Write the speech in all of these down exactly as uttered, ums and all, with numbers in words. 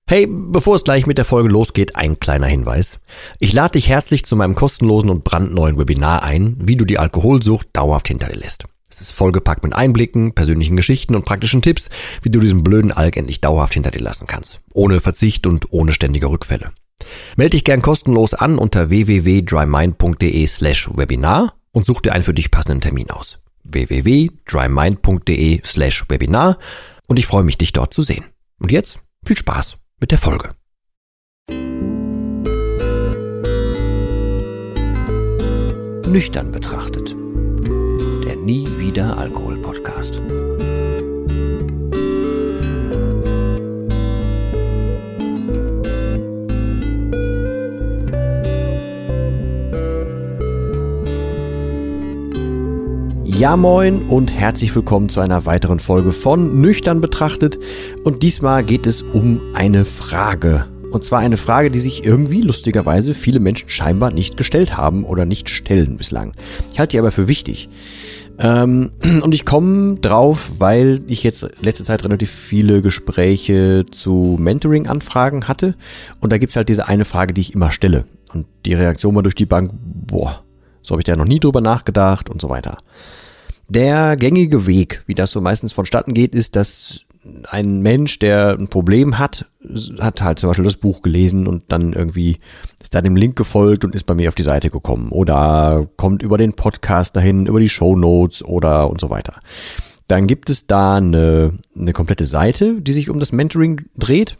Hey, bevor es gleich mit der Folge losgeht, ein kleiner Hinweis. Ich lade dich herzlich zu meinem kostenlosen und brandneuen Webinar ein, wie du die Alkoholsucht dauerhaft hinter dir lässt. Es ist vollgepackt mit Einblicken, persönlichen Geschichten und praktischen Tipps, wie du diesen blöden Alk endlich dauerhaft hinter dir lassen kannst. Ohne Verzicht und ohne ständige Rückfälle. Melde dich gern kostenlos an unter w w w punkt drymind.de slash webinar und such dir einen für dich passenden Termin aus. w w w punkt drymind.de slash webinar und ich freue mich, dich dort zu sehen. Und jetzt viel Spaß mit der Folge. Nüchtern betrachtet. Der Nie wieder Alkohol Podcast. Ja moin und herzlich willkommen zu einer weiteren Folge von Nüchtern betrachtet und diesmal geht es um eine Frage. Und zwar eine Frage, die sich irgendwie lustigerweise viele Menschen scheinbar nicht gestellt haben oder nicht stellen bislang. Ich halte die aber für wichtig. Ähm, und ich komme drauf, weil ich jetzt letzte Zeit relativ viele Gespräche zu Mentoring-Anfragen hatte und da gibt's halt diese eine Frage, die ich immer stelle. Und die Reaktion war durch die Bank, boah, so habe ich da noch nie drüber nachgedacht und so weiter. Der gängige Weg, wie das so meistens vonstatten geht, ist, dass ein Mensch, der ein Problem hat, hat halt zum Beispiel das Buch gelesen und dann irgendwie ist da dem Link gefolgt und ist bei mir auf die Seite gekommen oder kommt über den Podcast dahin, über die Shownotes oder und so weiter. Dann gibt es da eine, eine komplette Seite, die sich um das Mentoring dreht.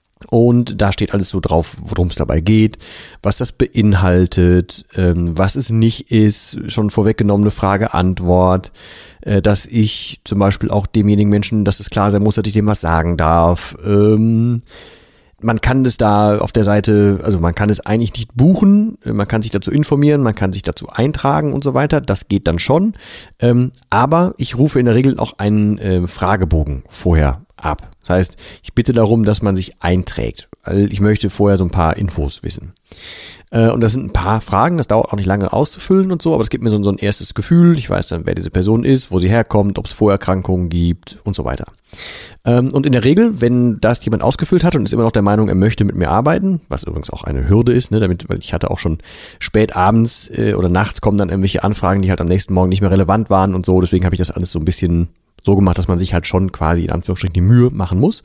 Und da steht alles so drauf, worum es dabei geht, was das beinhaltet, ähm, was es nicht ist, schon vorweggenommene Frage-Antwort, äh, dass ich zum Beispiel auch demjenigen Menschen, dass es klar sein muss, dass ich dem was sagen darf. Ähm, man kann das da auf der Seite, also man kann es eigentlich nicht buchen, man kann sich dazu informieren, man kann sich dazu eintragen und so weiter, das geht dann schon. Ähm, aber ich rufe in der Regel auch einen äh, Fragebogen vorher ab. Das heißt, ich bitte darum, dass man sich einträgt, weil ich möchte vorher so ein paar Infos wissen. Äh, und das sind ein paar Fragen, das dauert auch nicht lange auszufüllen und so, aber es gibt mir so, so ein erstes Gefühl, ich weiß dann, wer diese Person ist, wo sie herkommt, ob es Vorerkrankungen gibt und so weiter. Ähm, und in der Regel, wenn das jemand ausgefüllt hat und ist immer noch der Meinung, er möchte mit mir arbeiten, was übrigens auch eine Hürde ist, ne, damit, weil ich hatte auch schon spät abends äh, oder nachts kommen dann irgendwelche Anfragen, die halt am nächsten Morgen nicht mehr relevant waren und so, deswegen habe ich das alles so ein bisschen so gemacht, dass man sich halt schon quasi in Anführungsstrichen die Mühe machen muss.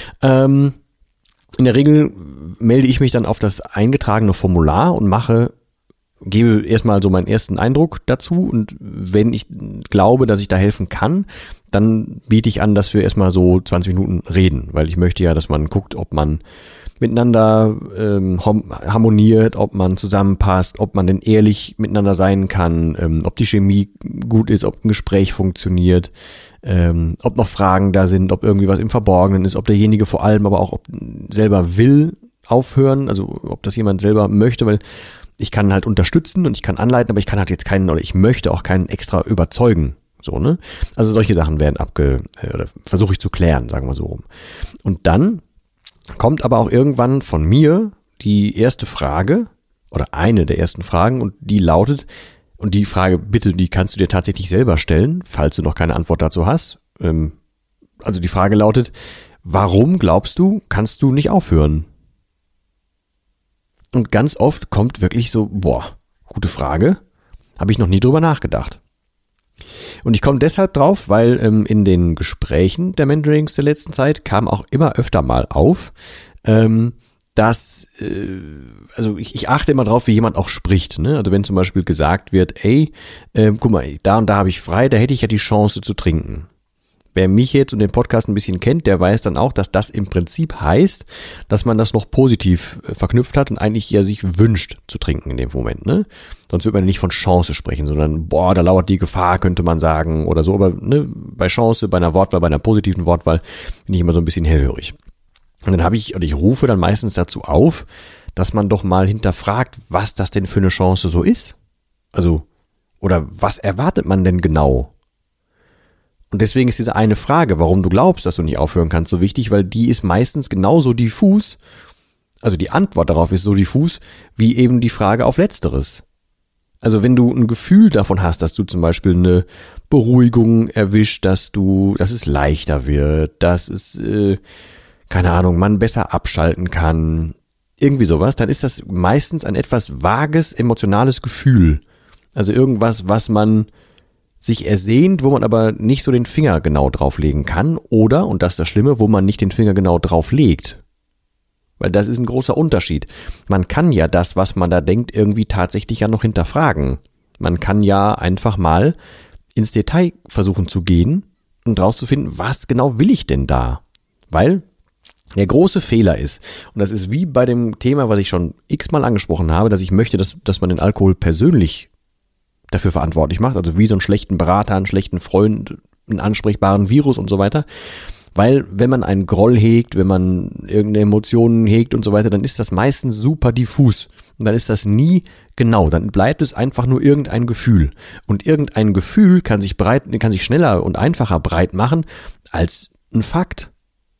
Ähm, in der Regel melde ich mich dann auf das eingetragene Formular und mache, gebe erstmal so meinen ersten Eindruck dazu und wenn ich glaube, dass ich da helfen kann, dann biete ich an, dass wir erstmal so zwanzig Minuten reden, weil ich möchte ja, dass man guckt, ob man miteinander ähm, harmoniert, ob man zusammenpasst, ob man denn ehrlich miteinander sein kann, ähm, ob die Chemie gut ist, ob ein Gespräch funktioniert, ähm, ob noch Fragen da sind, ob irgendwie was im Verborgenen ist, ob derjenige vor allem aber auch ob selber will aufhören, also ob das jemand selber möchte, weil ich kann halt unterstützen und ich kann anleiten, aber ich kann halt jetzt keinen oder ich möchte auch keinen extra überzeugen. So, ne? Also solche Sachen werden abge, äh, oder versuche ich zu klären, sagen wir so rum. Und dann kommt aber auch irgendwann von mir die erste Frage oder eine der ersten Fragen und die lautet, und die Frage bitte, die kannst du dir tatsächlich selber stellen, falls du noch keine Antwort dazu hast. Ähm, also die Frage lautet, warum glaubst du, kannst du nicht aufhören? Und ganz oft kommt wirklich so, boah, gute Frage, habe ich noch nie drüber nachgedacht. Und ich komme deshalb drauf, weil ähm, in den Gesprächen der Mentorings der letzten Zeit kam auch immer öfter mal auf, ähm, dass, äh, also ich, ich achte immer drauf, wie jemand auch spricht, ne? Also wenn zum Beispiel gesagt wird, ey, äh, guck mal, da und da habe ich frei, da hätte ich ja die Chance zu trinken. Wer mich jetzt und den Podcast ein bisschen kennt, der weiß dann auch, dass das im Prinzip heißt, dass man das noch positiv äh, verknüpft hat und eigentlich ja sich wünscht zu trinken in dem Moment, ne? Sonst würde man nicht von Chance sprechen, sondern boah, da lauert die Gefahr, könnte man sagen oder so. Aber ne, bei Chance, bei einer Wortwahl, bei einer positiven Wortwahl bin ich immer so ein bisschen hellhörig. Und dann habe ich, oder ich rufe dann meistens dazu auf, dass man doch mal hinterfragt, was das denn für eine Chance so ist. Also, oder was erwartet man denn genau? Und deswegen ist diese eine Frage, warum du glaubst, dass du nicht aufhören kannst, so wichtig, weil die ist meistens genauso diffus, also die Antwort darauf ist so diffus, wie eben die Frage auf Letzteres. Also wenn du ein Gefühl davon hast, dass du zum Beispiel eine Beruhigung erwischt, dass du, dass es leichter wird, dass es, äh, keine Ahnung, man besser abschalten kann, irgendwie sowas, dann ist das meistens ein etwas vages, emotionales Gefühl. Also irgendwas, was man sich ersehnt, wo man aber nicht so den Finger genau drauflegen kann. Oder, und das ist das Schlimme, wo man nicht den Finger genau drauf legt. Weil das ist ein großer Unterschied. Man kann ja das, was man da denkt, irgendwie tatsächlich ja noch hinterfragen. Man kann ja einfach mal ins Detail versuchen zu gehen und rauszufinden, was genau will ich denn da? Weil der große Fehler ist, und das ist wie bei dem Thema, was ich schon x-mal angesprochen habe, dass ich möchte, dass, dass man den Alkohol persönlich dafür verantwortlich macht, also wie so einen schlechten Berater, einen schlechten Freund, einen ansprechbaren Virus und so weiter. Weil wenn man einen Groll hegt, wenn man irgendeine Emotionen hegt und so weiter, dann ist das meistens super diffus. Und dann ist das nie genau. Dann bleibt es einfach nur irgendein Gefühl. Und irgendein Gefühl kann sich breit, kann sich schneller und einfacher breit machen als ein Fakt.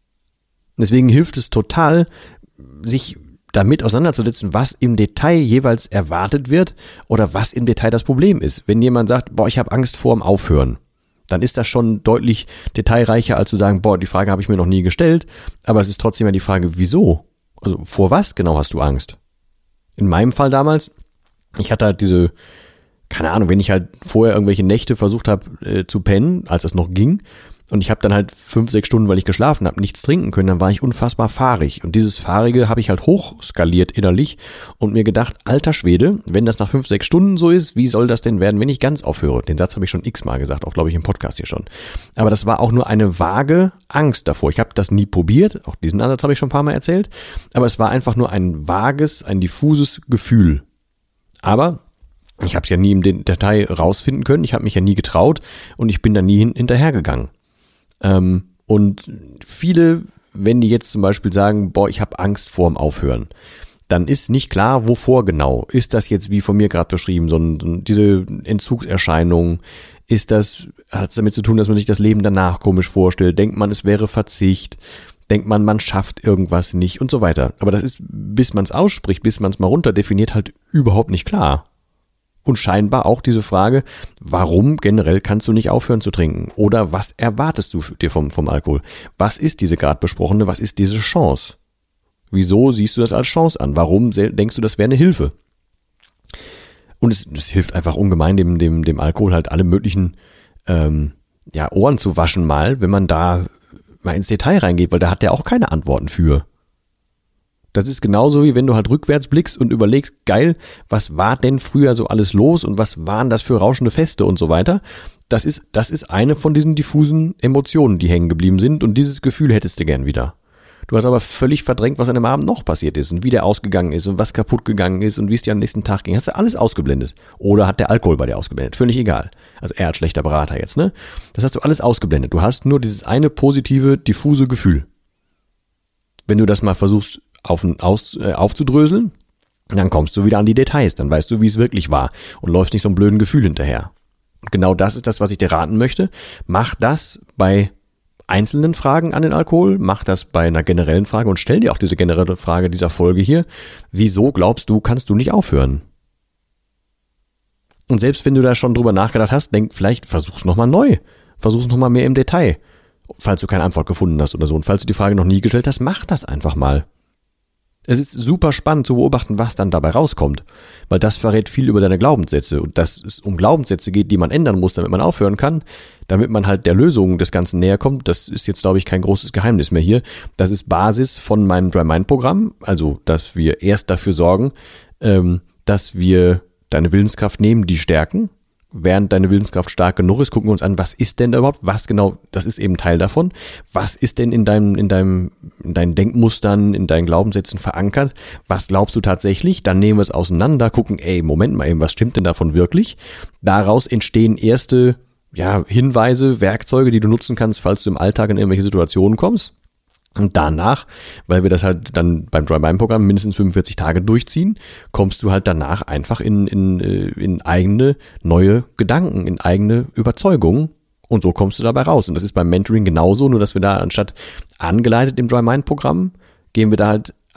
Deswegen hilft es total, sich damit auseinanderzusetzen, was im Detail jeweils erwartet wird oder was im Detail das Problem ist. Wenn jemand sagt, boah, ich habe Angst vorm Aufhören, dann ist das schon deutlich detailreicher, als zu sagen, boah, die Frage habe ich mir noch nie gestellt, aber es ist trotzdem ja die Frage, wieso? Also vor was genau hast du Angst? In meinem Fall damals, ich hatte halt diese, keine Ahnung, wenn ich halt vorher irgendwelche Nächte versucht habe äh, zu pennen, als das noch ging, und ich habe dann halt fünf, sechs Stunden, weil ich geschlafen habe, nichts trinken können, dann war ich unfassbar fahrig. Und dieses Fahrige habe ich halt hochskaliert innerlich und mir gedacht, alter Schwede, wenn das nach fünf, sechs Stunden so ist, wie soll das denn werden, wenn ich ganz aufhöre? Den Satz habe ich schon x-mal gesagt, auch glaube ich im Podcast hier schon. Aber das war auch nur eine vage Angst davor. Ich habe das nie probiert, auch diesen Ansatz habe ich schon ein paar Mal erzählt, aber es war einfach nur ein vages, ein diffuses Gefühl. Aber ich habe es ja nie im Detail rausfinden können, ich habe mich ja nie getraut und ich bin da nie hin, hinterhergegangen. Ähm, und viele, wenn die jetzt zum Beispiel sagen, boah, ich habe Angst vorm Aufhören, dann ist nicht klar, wovor genau. Ist das jetzt, wie von mir gerade beschrieben, so, ein, so diese Entzugserscheinung? Ist das, hat es damit zu tun, dass man sich das Leben danach komisch vorstellt? Denkt man, es wäre Verzicht? Denkt man, man schafft irgendwas nicht und so weiter. Aber das ist, bis man es ausspricht, bis man es mal runterdefiniert, halt überhaupt nicht klar. Und scheinbar auch diese Frage, warum generell kannst du nicht aufhören zu trinken? Oder was erwartest du dir vom, vom Alkohol? Was ist diese gerade besprochene, was ist diese Chance? Wieso siehst du das als Chance an? Warum denkst du, das wäre eine Hilfe? Und es, es hilft einfach ungemein, dem, dem, dem Alkohol halt alle möglichen ähm, ja, Ohren zu waschen mal, wenn man da mal ins Detail reingeht, weil da hat der auch keine Antworten für. Das ist genauso, wie wenn du halt rückwärts blickst und überlegst, geil, was war denn früher so alles los und was waren das für rauschende Feste und so weiter. Das ist, das ist eine von diesen diffusen Emotionen, die hängen geblieben sind und dieses Gefühl hättest du gern wieder. Du hast aber völlig verdrängt, was an dem Abend noch passiert ist und wie der ausgegangen ist und was kaputt gegangen ist und wie es dir am nächsten Tag ging. Hast du alles ausgeblendet. Oder hat der Alkohol bei dir ausgeblendet. Völlig egal. Also er hat schlechter Berater jetzt, ne? Das hast du alles ausgeblendet. Du hast nur dieses eine positive, diffuse Gefühl. Wenn du das mal versuchst, Auf, aus, äh, aufzudröseln, dann kommst du wieder an die Details, dann weißt du, wie es wirklich war und läufst nicht so einem blöden Gefühl hinterher. Und genau das ist das, was ich dir raten möchte. Mach das bei einzelnen Fragen an den Alkohol, mach das bei einer generellen Frage und stell dir auch diese generelle Frage dieser Folge hier. Wieso glaubst du, kannst du nicht aufhören? Und selbst wenn du da schon drüber nachgedacht hast, denk, vielleicht versuch's nochmal neu. Versuch's nochmal mehr im Detail. Falls du keine Antwort gefunden hast oder so. Und falls du die Frage noch nie gestellt hast, mach das einfach mal. Es ist super spannend zu beobachten, was dann dabei rauskommt, weil das verrät viel über deine Glaubenssätze und dass es um Glaubenssätze geht, die man ändern muss, damit man aufhören kann, damit man halt der Lösung des Ganzen näher kommt. Das ist jetzt, glaube ich, kein großes Geheimnis mehr hier. Das ist Basis von meinem Dry Mind Programm, also dass wir erst dafür sorgen, ähm, dass wir deine Willenskraft nehmen, die stärken. Während deine Willenskraft stark genug ist, gucken wir uns an, was ist denn da überhaupt, was genau, das ist eben Teil davon, was ist denn in deinem, in deinem, in deinen Denkmustern, in deinen Glaubenssätzen verankert, was glaubst du tatsächlich, dann nehmen wir es auseinander, gucken, ey, Moment mal eben, was stimmt denn davon wirklich? Daraus entstehen erste, ja, Hinweise, Werkzeuge, die du nutzen kannst, falls du im Alltag in irgendwelche Situationen kommst. Und danach, weil wir das halt dann beim Dry Mind Programm mindestens fünfundvierzig Tage durchziehen, kommst du halt danach einfach in, in, in eigene neue Gedanken, in eigene Überzeugungen und so kommst du dabei raus. Und das ist beim Mentoring genauso, nur dass wir da anstatt angeleitet im Dry Mind Programm, gehen wir da halt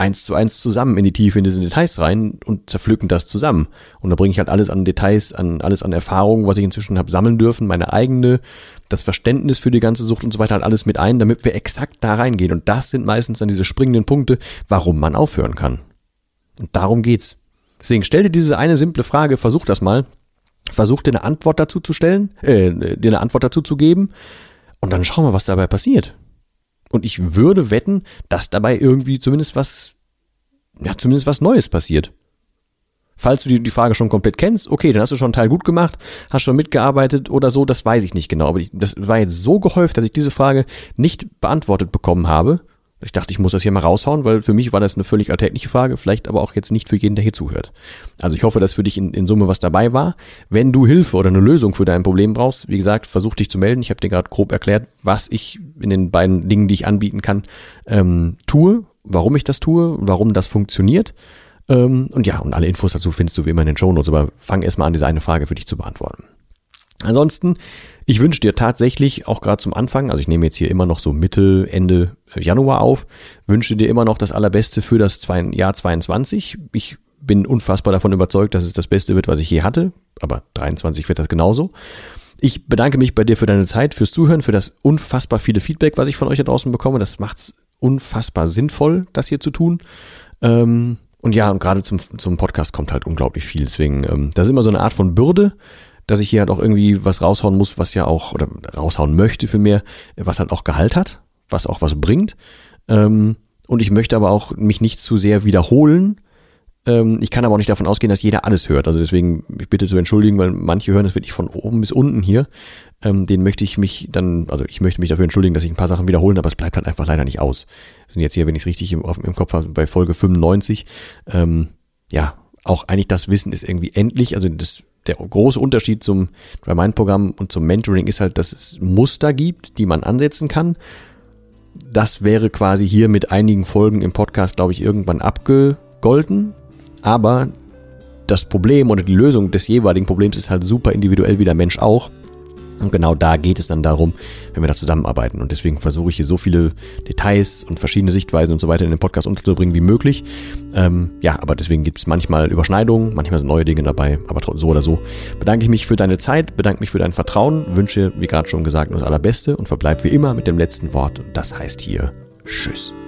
eins zu eins zusammen in die Tiefe, in diese Details rein und zerpflücken das zusammen. Und da bringe ich halt alles an Details, an alles an Erfahrungen, was ich inzwischen habe sammeln dürfen, meine eigene, das Verständnis für die ganze Sucht und so weiter, halt alles mit ein, damit wir exakt da reingehen. Und das sind meistens dann diese springenden Punkte, warum man aufhören kann. Und darum geht's. Deswegen stell dir diese eine simple Frage, versuch das mal, versuch dir eine Antwort dazu zu stellen, äh, dir eine Antwort dazu zu geben und dann schau mal, was dabei passiert. Und ich würde wetten, dass dabei irgendwie zumindest was, ja, zumindest was Neues passiert. Falls du die, die Frage schon komplett kennst, okay, dann hast du schon einen Teil gut gemacht, hast schon mitgearbeitet oder so, das weiß ich nicht genau. Aber ich, das war jetzt so gehäuft, dass ich diese Frage nicht beantwortet bekommen habe. Ich dachte, ich muss das hier mal raushauen, weil für mich war das eine völlig alltägliche Frage, vielleicht aber auch jetzt nicht für jeden, der hier zuhört. Also ich hoffe, dass für dich in, in Summe was dabei war. Wenn du Hilfe oder eine Lösung für dein Problem brauchst, wie gesagt, versuch dich zu melden. Ich habe dir gerade grob erklärt, was ich in den beiden Dingen, die ich anbieten kann, ähm, tue, warum ich das tue, warum das funktioniert. Ähm, und ja, und alle Infos dazu findest du wie immer in den Shownotes, aber fang erstmal an, diese eine Frage für dich zu beantworten. Ansonsten, ich wünsche dir tatsächlich, auch gerade zum Anfang, also ich nehme jetzt hier immer noch so Mitte, Ende Januar auf, wünsche dir immer noch das Allerbeste für das Jahr zweiundzwanzig. Ich bin unfassbar davon überzeugt, dass es das Beste wird, was ich je hatte, aber dreiundzwanzig wird das genauso. Ich bedanke mich bei dir für deine Zeit, fürs Zuhören, für das unfassbar viele Feedback, was ich von euch da draußen bekomme. Das macht's unfassbar sinnvoll, das hier zu tun. Ähm, und ja, und gerade zum, zum Podcast kommt halt unglaublich viel. Deswegen, ähm, das ist immer so eine Art von Bürde, dass ich hier halt auch irgendwie was raushauen muss, was ja auch, oder raushauen möchte vielmehr, was halt auch Gehalt hat, was auch was bringt. Ähm, und ich möchte aber auch mich nicht zu sehr wiederholen. Ähm, ich kann aber auch nicht davon ausgehen, dass jeder alles hört. Also deswegen, ich bitte zu entschuldigen, weil manche hören das wirklich von oben bis unten hier. Ähm, den möchte ich mich dann, also ich möchte mich dafür entschuldigen, dass ich ein paar Sachen wiederholen, aber es bleibt halt einfach leider nicht aus. Wir sind jetzt hier, wenn ich es richtig im, im Kopf habe, bei Folge fünfundneunzig. Ähm, ja, auch eigentlich das Wissen ist irgendwie endlich, also das der große Unterschied zum bei meinem Programm und zum Mentoring ist halt, dass es Muster gibt, die man ansetzen kann. Das wäre quasi hier mit einigen Folgen im Podcast, glaube ich, irgendwann abgegolten. Aber das Problem oder die Lösung des jeweiligen Problems ist halt super individuell wie der Mensch auch. Und genau da geht es dann darum, wenn wir da zusammenarbeiten. Und deswegen versuche ich hier so viele Details und verschiedene Sichtweisen und so weiter in den Podcast unterzubringen wie möglich. Ähm, ja, aber deswegen gibt es manchmal Überschneidungen, manchmal sind neue Dinge dabei, aber so oder so bedanke ich mich für deine Zeit, bedanke mich für dein Vertrauen, wünsche, wie gerade schon gesagt, nur das Allerbeste und verbleibe wie immer mit dem letzten Wort. Und das heißt hier Tschüss.